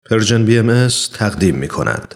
پرژن BMS تقدیم می کند.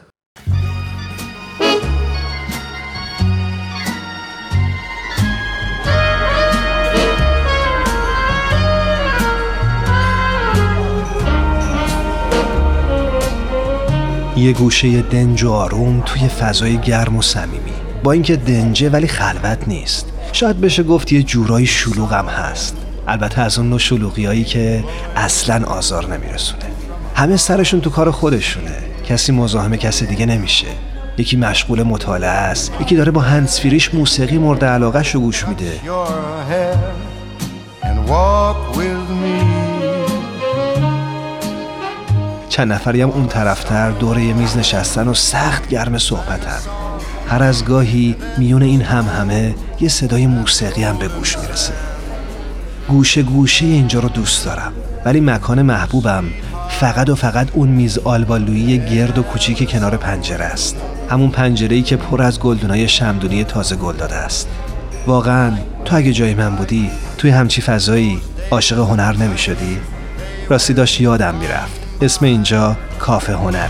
یه گوشه دنج و آروم توی فضای گرم و صمیمی. با اینکه دنجه ولی خلوت نیست. شاید بشه گفت یه جورایی شلوغ هم هست. البته از اون نوع شلوغیایی که اصلاً آزار نمیرسونه. همه سرشون تو کار خودشونه. کسی مزاحم کسی دیگه نمیشه. یکی مشغول مطالعه است، یکی داره با هندزفریش موسیقی مورد علاقه‌شو گوش میده. چند نفری هم اون طرفتر دور یه میز نشستن و سخت گرم صحبتن. هر از گاهی میون این همه یه صدای موسیقی هم به گوش میرسه. گوشه گوشه اینجا رو دوست دارم، ولی مکان محبوبم فقط اون میز آلبالویی گرد و کوچیک کنار پنجره است. همون پنجره‌ای که پر از گلدونای شمعدونی تازه گل داده است. واقعاً تو اگه جای من بودی توی همچی فضایی عاشق هنر نمی‌شدی؟ راستی داشت یادم میرفت. اسم اینجا کافه هنره.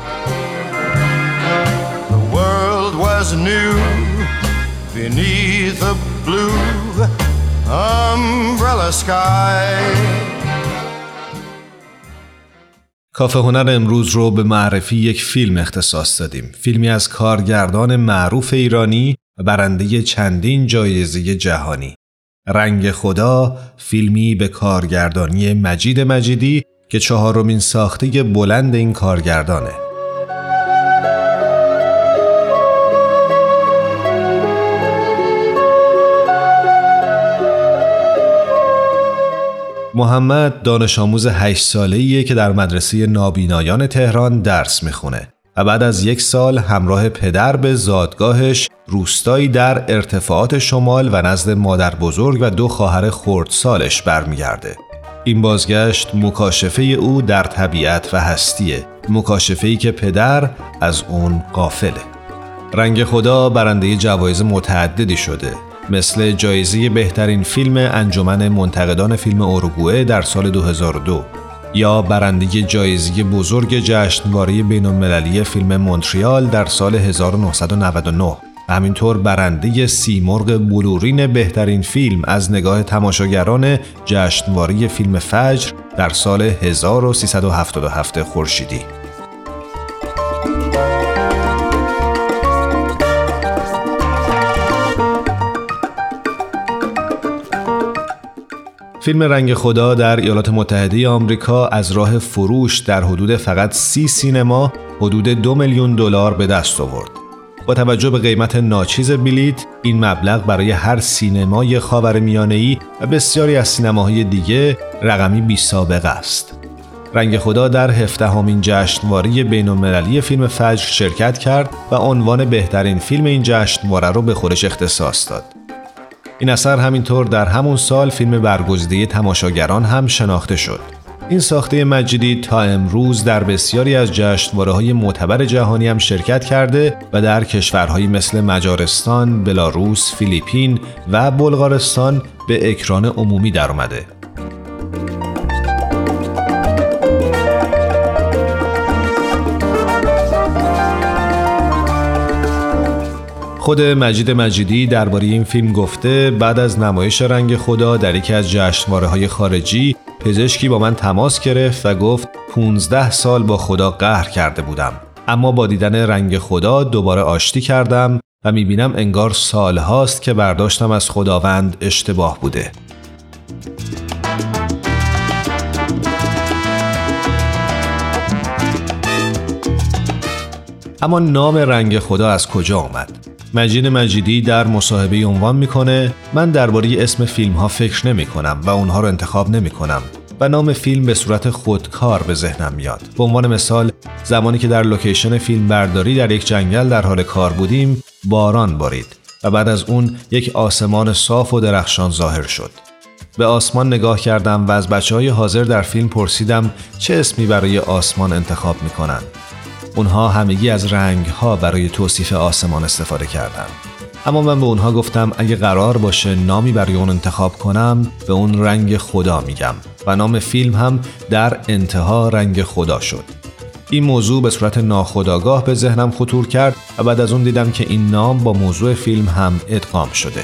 The world was new beneath a blue umbrella sky. کافه هنر امروز رو به معرفی یک فیلم اختصاص دادیم. فیلمی از کارگردان معروف ایرانی و برنده چندین جایزه جهانی. رنگ خدا، فیلمی به کارگردانی مجید مجیدی که 4مین ساخته بلند این کارگردانه. محمد دانش آموز 8 ساله‌ایه که در مدرسه نابینایان تهران درس میخونه و بعد از 1 سال همراه پدر به زادگاهش روستایی در ارتفاعات شمال و نزد مادر بزرگ و 2 خواهر خردسالش برمیگرده. این بازگشت مکاشفه او در طبیعت و هستیه، مکاشفه‌ای که پدر از اون غافله. رنگ خدا برنده جوایز متعددی شده، مثل جایزه بهترین فیلم انجمن منتقدان فیلم اوروگوئه در سال 2002 یا برنده جایزه بزرگ جشنواره بین‌المللی فیلم مونتریال در سال 1999. همینطور برنده سیمرغ بلورین بهترین فیلم از نگاه تماشاگران جشنواره فیلم فجر در سال 1377 خورشیدی. فیلم رنگ خدا در ایالات متحده آمریکا از راه فروش در حدود فقط 30 سینما حدود $2 میلیون به دست آورد. با توجه به قیمت ناچیز بلیت، این مبلغ برای هر سینمای خاورمیانه‌ای و بسیاری از سینماهای دیگه رقمی بی‌سابقه است. رنگ خدا در 17مین جشنواره بین‌المللی فیلم فجر شرکت کرد و عنوان بهترین فیلم این جشنواره رو به خودش اختصاص داد. این اثر همینطور در همون سال فیلم برگزیده تماشاگران هم شناخته شد. این ساخته مجیدی تا امروز در بسیاری از جشنواره‌های معتبر جهانی هم شرکت کرده و در کشورهایی مثل مجارستان، بلاروس، فیلیپین و بلغارستان به اکران عمومی در اومده. خود مجید مجیدی درباره این فیلم گفته بعد از نمایش رنگ خدا در یکی از جشنواره‌های خارجی پزشکی با من تماس گرفت و گفت 15 سال با خدا قهر کرده بودم، اما با دیدن رنگ خدا دوباره آشتی کردم و میبینم انگار سالهاست که برداشتم از خداوند اشتباه بوده. اما نام رنگ خدا از کجا آمد؟ مجید مجیدی در مصاحبه عنوان میکنه من درباره اسم فیلم ها فکر نمی کنم و اونها رو انتخاب نمی کنم و نام فیلم به صورت خودکار به ذهنم میاد. به عنوان مثال زمانی که در لوکیشن فیلم برداری در یک جنگل در حال کار بودیم باران بارید و بعد از اون یک آسمان صاف و درخشان ظاهر شد. به آسمان نگاه کردم و از بچه‌های حاضر در فیلم پرسیدم چه اسمی برای آسمان انتخاب میکنن. اونها همگی از رنگ‌ها برای توصیف آسمان استفاده کردند. اما من به اونها گفتم اگه قرار باشه نامی برای اون انتخاب کنم به اون رنگ خدا میگم و نام فیلم هم در انتها رنگ خدا شد. این موضوع به صورت ناخودآگاه به ذهنم خطور کرد و بعد از اون دیدم که این نام با موضوع فیلم هم ادغام شده.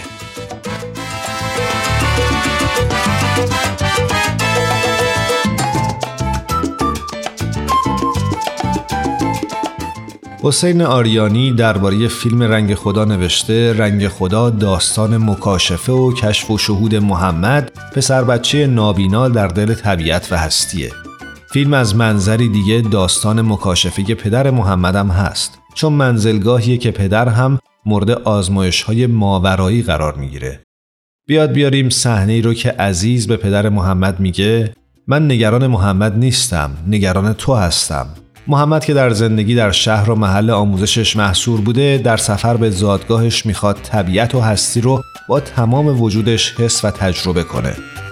حسین آریانی درباره فیلم رنگ خدا نوشته رنگ خدا داستان مکاشفه و کشف و شهود محمد، پسر بچه نابینا در دل طبیعت و هستیه. فیلم از منظری دیگه داستان مکاشفه پدر محمد هم هست، چون منزلگاهیه که پدر هم مورد آزمایش‌های ماورایی قرار میگیره. بیاد بیاریم صحنه‌ای رو که عزیز به پدر محمد میگه من نگران محمد نیستم، نگران تو هستم. محمد که در زندگی در شهر و محل آموزشش محصور بوده، در سفر به زادگاهش میخواد طبیعت و هستی رو با تمام وجودش حس و تجربه کنه.